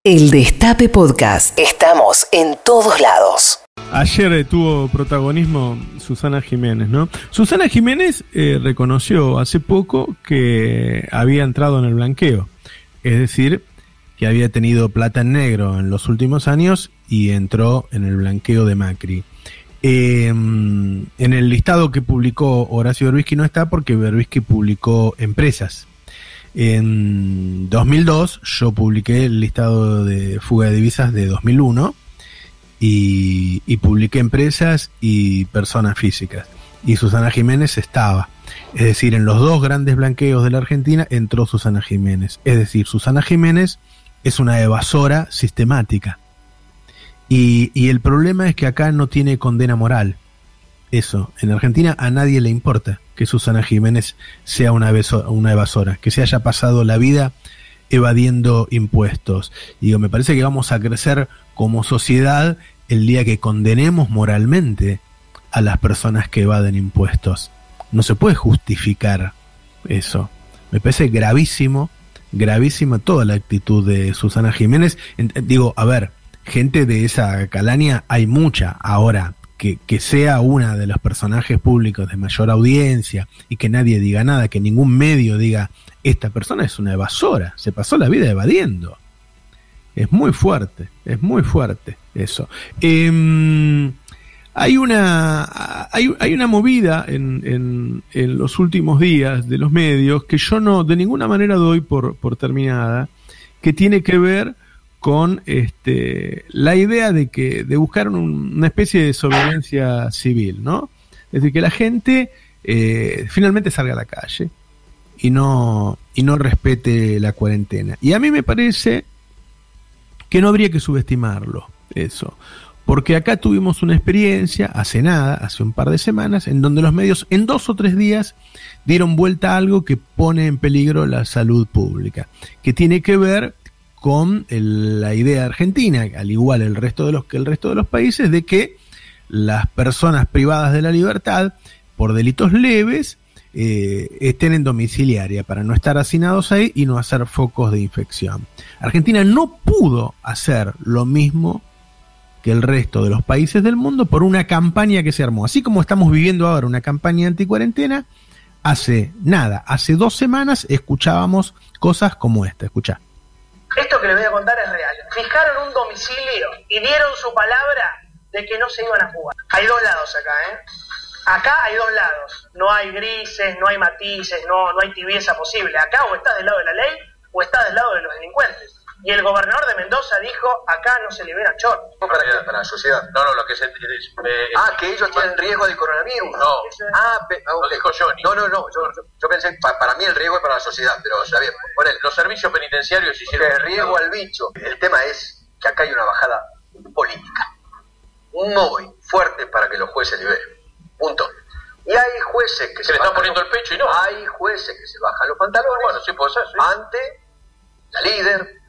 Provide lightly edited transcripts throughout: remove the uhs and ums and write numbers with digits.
El Destape Podcast. Estamos en todos lados. Ayer tuvo protagonismo Susana Jiménez, ¿no? Susana Jiménez reconoció hace poco que había entrado en el blanqueo. Es decir, que había tenido plata en negro en los últimos años y entró en el blanqueo de Macri. En el listado que publicó Horacio Berbisky no está porque Berbisky publicó empresas. En 2002 yo publiqué el listado de fuga de divisas de 2001 y publiqué empresas y personas físicas. Y Susana Jiménez estaba. Es decir, en los dos grandes blanqueos de la Argentina entró Susana Jiménez. Es decir, Susana Jiménez es una evasora sistemática. Y el problema es que acá no tiene condena moral. Eso, en Argentina a nadie le importa que Susana Jiménez sea una evasora, que se haya pasado la vida evadiendo impuestos. Digo, me parece que vamos a crecer como sociedad el día que condenemos moralmente a las personas que evaden impuestos. No se puede justificar eso. Me parece gravísima toda la actitud de Susana Jiménez. Digo, a ver, gente de esa calaña hay mucha ahora. Que sea una de los personajes públicos de mayor audiencia y que nadie diga nada, que ningún medio diga, esta persona es una evasora, se pasó la vida evadiendo. Es muy fuerte eso. Hay una movida en los últimos días de los medios que yo no de ninguna manera doy por terminada, que tiene que ver con la idea de buscar una especie de sobrevivencia civil, ¿no? Es decir, que la gente finalmente salga a la calle y no respete la cuarentena. Y a mí me parece que no habría que subestimarlo, eso. Porque acá tuvimos una experiencia hace un par de semanas, en donde los medios en 2 o 3 días dieron vuelta a algo que pone en peligro la salud pública, que tiene que ver con la idea argentina, al igual que el resto de los países, de que las personas privadas de la libertad por delitos leves estén en domiciliaria para no estar hacinados ahí y no hacer focos de infección. Argentina no pudo hacer lo mismo que el resto de los países del mundo por una campaña que se armó. Así como estamos viviendo ahora una campaña anticuarentena, hace 2 semanas escuchábamos cosas como esta. Escuchá. Esto que les voy a contar es real. Fijaron un domicilio y dieron su palabra de que no se iban a jugar. Hay 2 lados acá, ¿eh? Acá hay 2 lados. No hay grises, no hay matices, no hay tibieza posible. Acá o estás del lado de la ley o estás del lado de los delincuentes. Y el gobernador de Mendoza dijo, acá no se libera chor. Para la sociedad. No, lo que se entiende es... que ellos tienen riesgo de coronavirus. No. Lo dijo Johnny. No. Yo pensé, para mí el riesgo es para la sociedad, pero está bien. Los servicios penitenciarios hicieron... El riesgo al bicho. El tema es que acá hay una bajada política. Muy fuerte para que los jueces liberen. Punto. Y hay jueces que se le están poniendo el pecho y no. Hay jueces que se bajan los pantalones. Bueno, sí puede ser. Sí. Ante la líder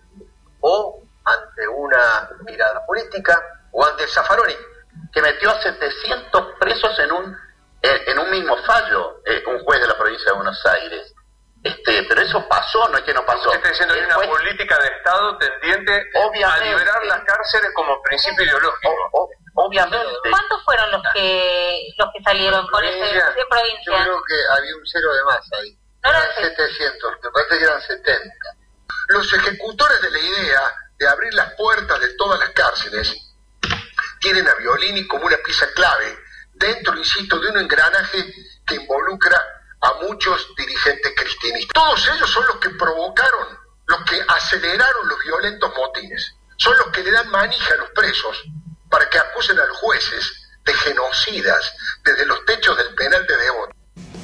o ante una mirada política, o ante el Zaffaroni, que metió a 700 presos en un mismo fallo, un juez de la provincia de Buenos Aires. Pero eso pasó, no es que no pasó. Usted está diciendo que hay una política de Estado tendiente a liberar las cárceles como principio ideológico. Obviamente. ¿Cuántos fueron los que salieron por ese de provincia? Yo creo que había un 0 de más ahí. No eran 700, me parece que eran 70. Los ejecutores de la idea de abrir las puertas de todas las cárceles tienen a Violini como una pieza clave dentro, insisto, de un engranaje que involucra a muchos dirigentes cristianistas. Todos ellos son los que provocaron, los que aceleraron los violentos motines. Son los que le dan manija a los presos para que acusen a los jueces de genocidas desde los techos del penal de Devoto.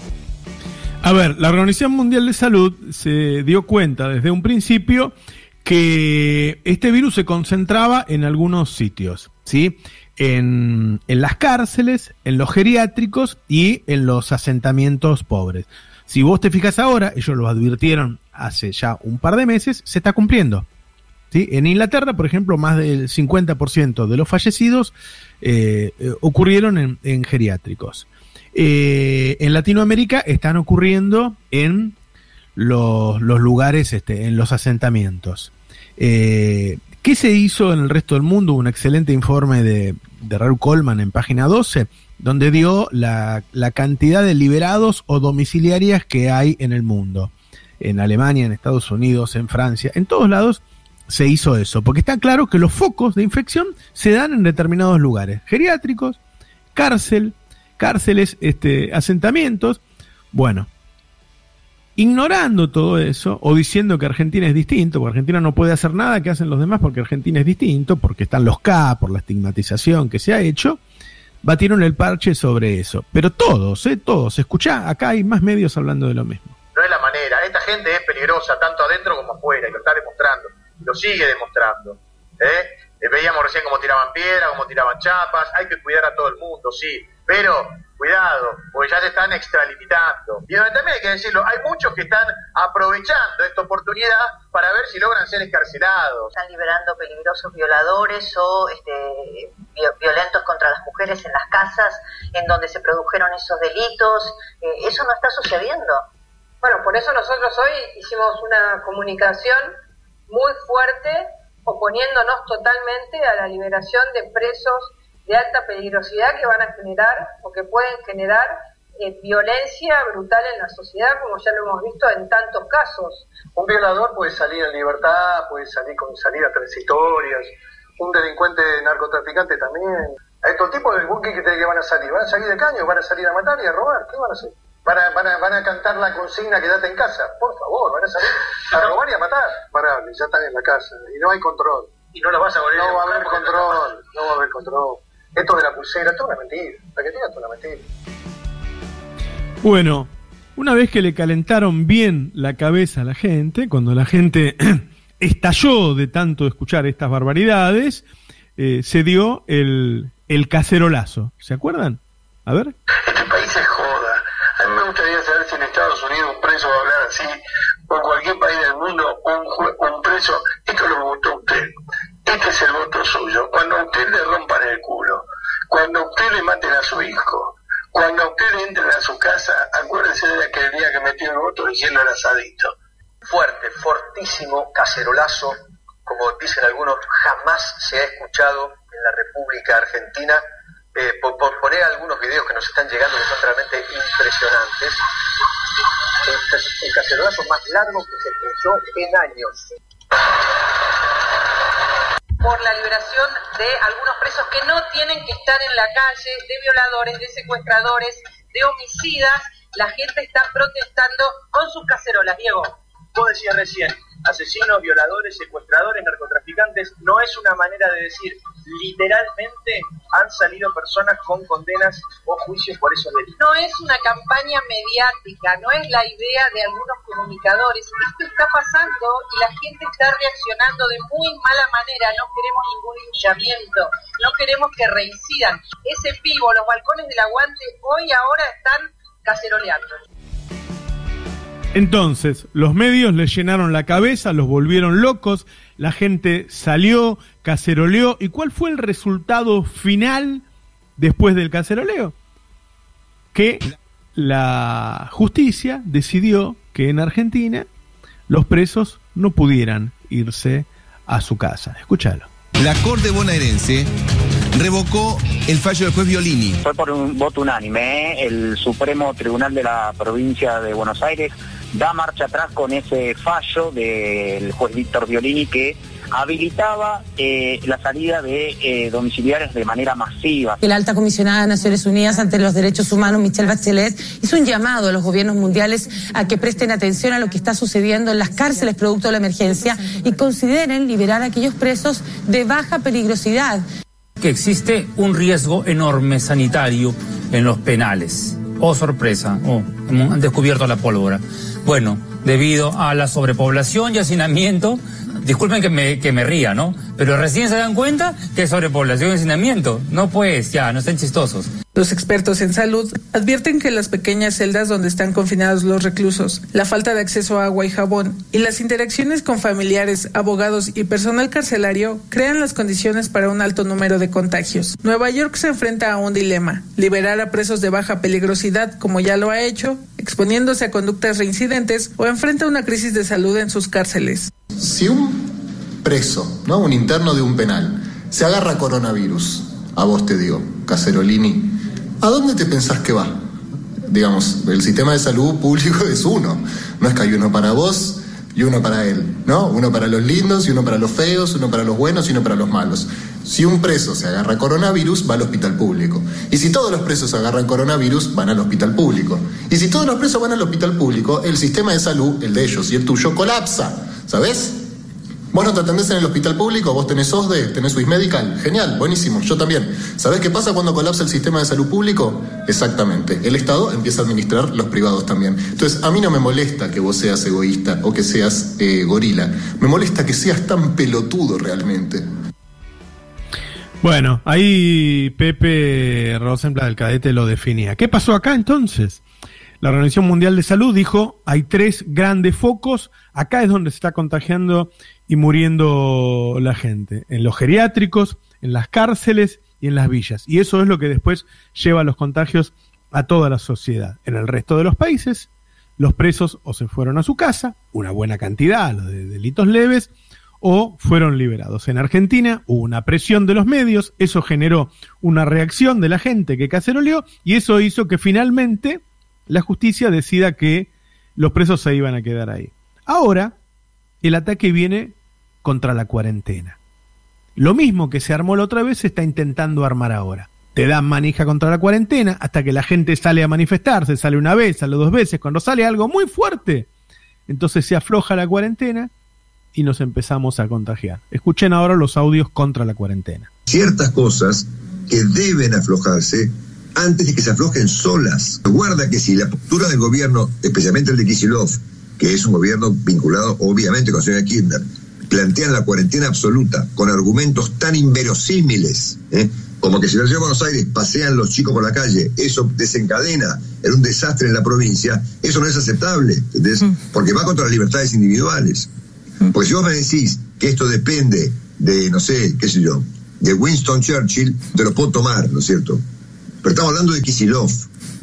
A ver, la Organización Mundial de Salud se dio cuenta desde un principio que este virus se concentraba en algunos sitios, ¿sí? En las cárceles, en los geriátricos y en los asentamientos pobres. Si vos te fijas ahora, ellos lo advirtieron hace ya un par de meses, se está cumpliendo, ¿sí? En Inglaterra, por ejemplo, más del 50% de los fallecidos ocurrieron en geriátricos. En Latinoamérica están ocurriendo en los lugares, en los asentamientos. ¿Qué ¿Qué se hizo en el resto del mundo? Un excelente informe de Raúl Coleman en página 12, donde dio la cantidad de liberados o domiciliarias que hay en el mundo. En Alemania, en Estados Unidos, en Francia, en todos lados se hizo eso, porque está claro que los focos de infección se dan en determinados lugares, geriátricos, cárceles, asentamientos. Bueno, ignorando todo eso, o diciendo que Argentina es distinto, porque Argentina no puede hacer nada que hacen los demás porque Argentina es distinto, porque están los K, por la estigmatización que se ha hecho, batieron el parche sobre eso. Pero todos, escuchá, acá hay más medios hablando de lo mismo. No es la manera, esta gente es peligrosa, tanto adentro como afuera, y lo está demostrando, y lo sigue demostrando. Veíamos recién cómo tiraban piedras, cómo tiraban chapas, hay que cuidar a todo el mundo, sí, pero cuidado, porque ya se están extralimitando. Y también hay que decirlo, hay muchos que están aprovechando esta oportunidad para ver si logran ser escarcelados. Están liberando peligrosos violadores o violentos contra las mujeres en las casas en donde se produjeron esos delitos. Eso no está sucediendo. Bueno, por eso nosotros hoy hicimos una comunicación muy fuerte oponiéndonos totalmente a la liberación de presos de alta peligrosidad que van a generar o que pueden generar violencia brutal en la sociedad, como ya lo hemos visto en tantos casos. Un violador puede salir en libertad, puede salir con salidas transitorias, un delincuente narcotraficante también. A estos tipos de que van a salir de caño, van a salir a matar y a robar, ¿qué van a hacer? Van a cantar la consigna quédate en casa, por favor, van a salir a robar y a matar. Ya están en la casa y no hay control. Y no lo vas a volver no va a haber control. Esto de la pulsera, esto es una mentira. La que tiene esto es una mentira. Bueno, una vez que le calentaron bien la cabeza a la gente, cuando la gente estalló de tanto escuchar estas barbaridades, se dio el cacerolazo. ¿Se acuerdan? A ver. Este país es joda. A mí me gustaría saber si en Estados Unidos un preso va a hablar así, o en cualquier país del mundo un preso. Esto lo votó usted. Este es el voto suyo. Cuando a usted le rompan el culo, cuando a usted le maten a su hijo, cuando a usted le entren a su casa, acuérdese de aquel día que metió el voto diciendo el asadito. Fuerte, fortísimo cacerolazo, como dicen algunos, jamás se ha escuchado en la República Argentina. Por poner algunos videos que nos están llegando que son realmente impresionantes. El cacerolazo más largo que se escuchó en años. Por la liberación de algunos presos que no tienen que estar en la calle, de violadores, de secuestradores, de homicidas. La gente está protestando con sus cacerolas. Diego. Vos decías recién, asesinos, violadores, secuestradores, narcotraficantes, no es una manera de decir, literalmente han salido personas con condenas o juicios por esos delitos. No es una campaña mediática, no es la idea de algunos comunicadores. Esto está pasando y la gente está reaccionando de muy mala manera. No queremos ningún linchamiento, no queremos que reincidan. Es en vivo, los balcones del Aguante hoy ahora están caceroleando. Entonces, los medios les llenaron la cabeza, los volvieron locos, la gente salió, caceroleó. ¿Y cuál fue el resultado final después del caceroleo? Que la justicia decidió que en Argentina los presos no pudieran irse a su casa. Escúchalo. La Corte bonaerense revocó el fallo del juez Violini. Fue por un voto unánime, el Supremo Tribunal de la Provincia de Buenos Aires da marcha atrás con ese fallo del juez Víctor Violini que habilitaba la salida de domiciliarios de manera masiva. La alta comisionada de Naciones Unidas ante los Derechos Humanos, Michelle Bachelet, hizo un llamado a los gobiernos mundiales a que presten atención a lo que está sucediendo en las cárceles producto de la emergencia y consideren liberar a aquellos presos de baja peligrosidad. Que existe un riesgo enorme sanitario en los penales. Oh, sorpresa, hemos descubierto la pólvora. Bueno, debido a la sobrepoblación y hacinamiento, disculpen que me ría, ¿no? Pero recién se dan cuenta que es sobrepoblación y hacinamiento. No pues, ya, no estén chistosos. Los expertos en salud advierten que las pequeñas celdas donde están confinados los reclusos, la falta de acceso a agua y jabón y las interacciones con familiares, abogados y personal carcelario crean las condiciones para un alto número de contagios. Nueva York se enfrenta a un dilema: liberar a presos de baja peligrosidad, como ya lo ha hecho, exponiéndose a conductas reincidentes, o enfrenta una crisis de salud en sus cárceles. Si un preso, ¿no? Un interno de un penal, se agarra coronavirus, a vos te digo, Caserolini, ¿a dónde te pensás que va? Digamos, el sistema de salud público es uno, no es que hay uno para vos y uno para él, ¿no? Uno para los lindos y uno para los feos, uno para los buenos y uno para los malos. Si un preso se agarra coronavirus, va al hospital público. Y si todos los presos agarran coronavirus, van al hospital público. Y si todos los presos van al hospital público, el sistema de salud, el de ellos y el tuyo, colapsa, ¿sabés? Vos no te atendés en el hospital público, vos tenés OSDE, tenés Swiss Medical, genial, buenísimo, yo también. ¿Sabés qué pasa cuando colapsa el sistema de salud público? Exactamente, el Estado empieza a administrar los privados también. Entonces, a mí no me molesta que vos seas egoísta o que seas gorila, me molesta que seas tan pelotudo realmente. Bueno, ahí Pepe Rosenblatt, el cadete, lo definía. ¿Qué pasó acá entonces? La Organización Mundial de Salud dijo, hay 3 grandes focos, acá es donde se está contagiando y muriendo la gente, en los geriátricos, en las cárceles y en las villas. Y eso es lo que después lleva los contagios a toda la sociedad. En el resto de los países, los presos o se fueron a su casa, una buena cantidad, los de delitos leves, o fueron liberados. En Argentina hubo una presión de los medios, eso generó una reacción de la gente que caceroleó, y eso hizo que finalmente la justicia decida que los presos se iban a quedar ahí. Ahora, el ataque viene contra la cuarentena. Lo mismo que se armó la otra vez se está intentando armar ahora. Te dan manija contra la cuarentena hasta que la gente sale a manifestarse, sale una vez, sale 2 veces. Cuando sale algo muy fuerte, entonces se afloja la cuarentena y nos empezamos a contagiar. Escuchen ahora los audios contra la cuarentena. Ciertas cosas que deben aflojarse antes de que se aflojen solas. Guarda que si la postura del gobierno, especialmente el de Kicillof, que es un gobierno vinculado obviamente con la señora Kirchner, plantean la cuarentena absoluta con argumentos tan inverosímiles, como que si la ciudad de Buenos Aires pasean los chicos por la calle, eso desencadena en un desastre en la provincia, eso no es aceptable, ¿entendés? Porque va contra las libertades individuales. Porque si vos me decís que esto depende de, no sé, qué sé yo, de Winston Churchill, te lo puedo tomar, ¿no es cierto? Pero estamos hablando de Kicillof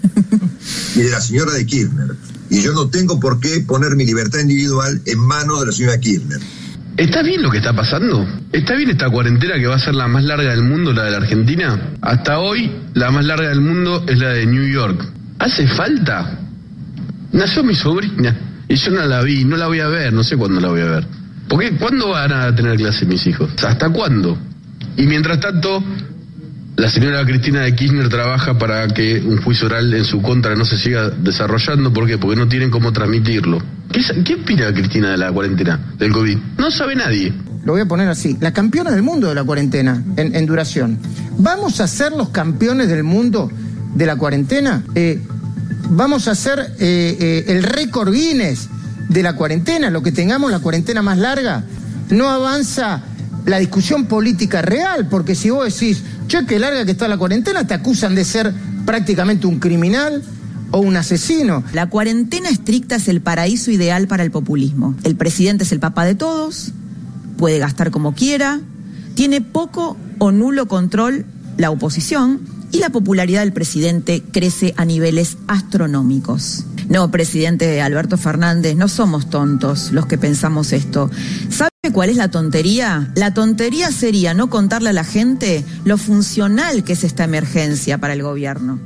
y de la señora de Kirchner. Y yo no tengo por qué poner mi libertad individual en manos de la señora Kirchner. ¿Está bien lo que está pasando? ¿Está bien esta cuarentena que va a ser la más larga del mundo, la de la Argentina? Hasta hoy, la más larga del mundo es la de New York. ¿Hace falta? Nació mi sobrina y yo no la vi, no la voy a ver, no sé cuándo la voy a ver. ¿Por qué? ¿Cuándo van a tener clase mis hijos? ¿Hasta cuándo? Y mientras tanto, la señora Cristina de Kirchner trabaja para que un juicio oral en su contra no se siga desarrollando. ¿Por qué? Porque no tienen cómo transmitirlo. ¿Qué opina Cristina de la cuarentena, del COVID? No sabe nadie. Lo voy a poner así, la campeona del mundo de la cuarentena en duración. ¿Vamos a ser los campeones del mundo de la cuarentena? ¿Vamos a ser el récord Guinness de la cuarentena? Lo que tengamos la cuarentena más larga. No avanza la discusión política real, porque si vos decís, che, qué larga que está la cuarentena, te acusan de ser prácticamente un criminal o un asesino. La cuarentena estricta es el paraíso ideal para el populismo. El presidente es el papá de todos, puede gastar como quiera, tiene poco o nulo control la oposición y la popularidad del presidente crece a niveles astronómicos. No, presidente Alberto Fernández, no somos tontos los que pensamos esto. ¿Sabe cuál es la tontería? La tontería sería no contarle a la gente lo funcional que es esta emergencia para el gobierno.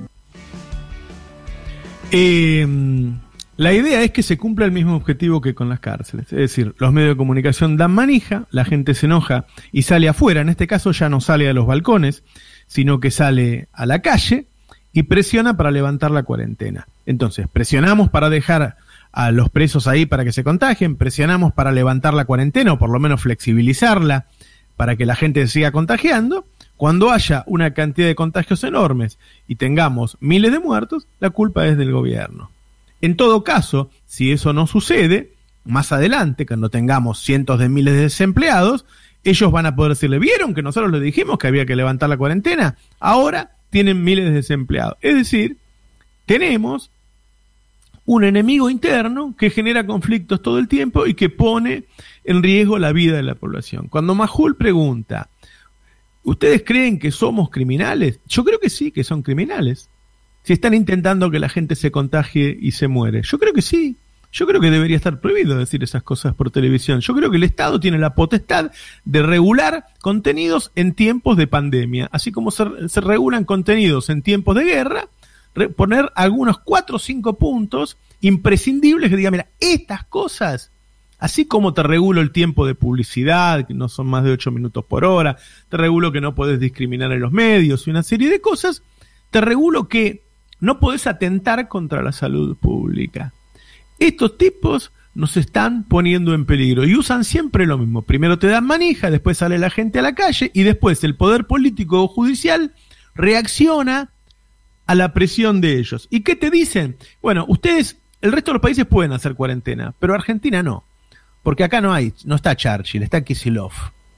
La idea es que se cumpla el mismo objetivo que con las cárceles. Es decir, los medios de comunicación dan manija, la gente se enoja y sale afuera. En este caso ya no sale a los balcones, sino que sale a la calle y presiona para levantar la cuarentena. Entonces, presionamos para dejar a los presos ahí para que se contagien, presionamos para levantar la cuarentena o por lo menos flexibilizarla para que la gente se siga contagiando. Cuando haya una cantidad de contagios enormes y tengamos miles de muertos, la culpa es del gobierno. En todo caso, si eso no sucede, más adelante, cuando tengamos cientos de miles de desempleados, ellos van a poder decirle, ¿vieron que nosotros les dijimos que había que levantar la cuarentena? Ahora tienen miles de desempleados. Es decir, tenemos un enemigo interno que genera conflictos todo el tiempo y que pone en riesgo la vida de la población. Cuando Majul pregunta, ¿ustedes creen que somos criminales? Yo creo que sí, que son criminales. Si están intentando que la gente se contagie y se muere. Yo creo que sí. Yo creo que debería estar prohibido decir esas cosas por televisión. Yo creo que el Estado tiene la potestad de regular contenidos en tiempos de pandemia, así como se regulan contenidos en tiempos de guerra, poner algunos 4 o 5 puntos imprescindibles que digan, mira, estas cosas, así como te regulo el tiempo de publicidad, que no son más de 8 minutos por hora, te regulo que no podés discriminar en los medios y una serie de cosas, te regulo que no podés atentar contra la salud pública. Estos tipos nos están poniendo en peligro y usan siempre lo mismo. Primero te dan manija, después sale la gente a la calle y después el poder político o judicial reacciona a la presión de ellos. ¿Y qué te dicen? Bueno, ustedes, el resto de los países pueden hacer cuarentena, pero Argentina no. Porque acá no está Churchill, está Kicillof.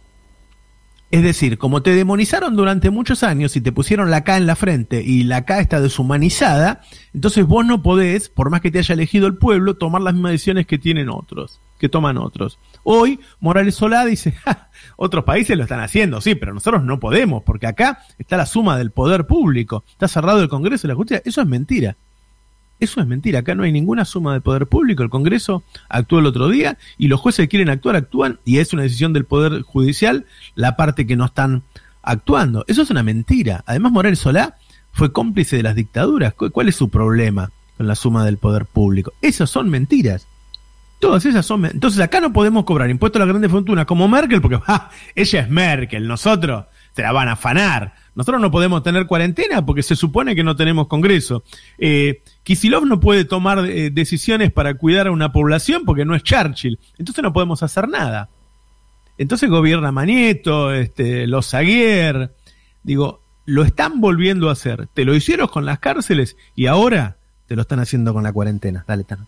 Es decir, como te demonizaron durante muchos años y te pusieron la K en la frente y la K está deshumanizada, entonces vos no podés, por más que te haya elegido el pueblo, tomar las mismas decisiones que toman otros. Hoy Morales Solá dice, otros países lo están haciendo, sí, pero nosotros no podemos, porque acá está la suma del poder público, está cerrado el Congreso y la Justicia. Eso es mentira. Eso es mentira, acá no hay ninguna suma de poder público, el Congreso actuó el otro día y los jueces que quieren actuar, actúan y es una decisión del Poder Judicial la parte que no están actuando. Eso es una mentira. Además Morales Solá fue cómplice de las dictaduras. ¿Cuál es su problema con la suma del poder público? Esas son mentiras. Todas esas son mentiras. Entonces acá no podemos cobrar impuestos a la grande fortuna como Merkel porque ella es Merkel, nosotros se la van a afanar. Nosotros no podemos tener cuarentena porque se supone que no tenemos Congreso. Kicillof no puede tomar decisiones para cuidar a una población porque no es Churchill. Entonces no podemos hacer nada. Entonces gobierna Manieto, los Aguirre. Digo, lo están volviendo a hacer. Te lo hicieron con las cárceles y ahora te lo están haciendo con la cuarentena. Dale, Tano.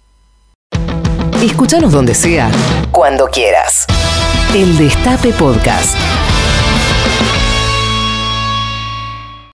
Escúchanos donde sea, cuando quieras. El Destape Podcast.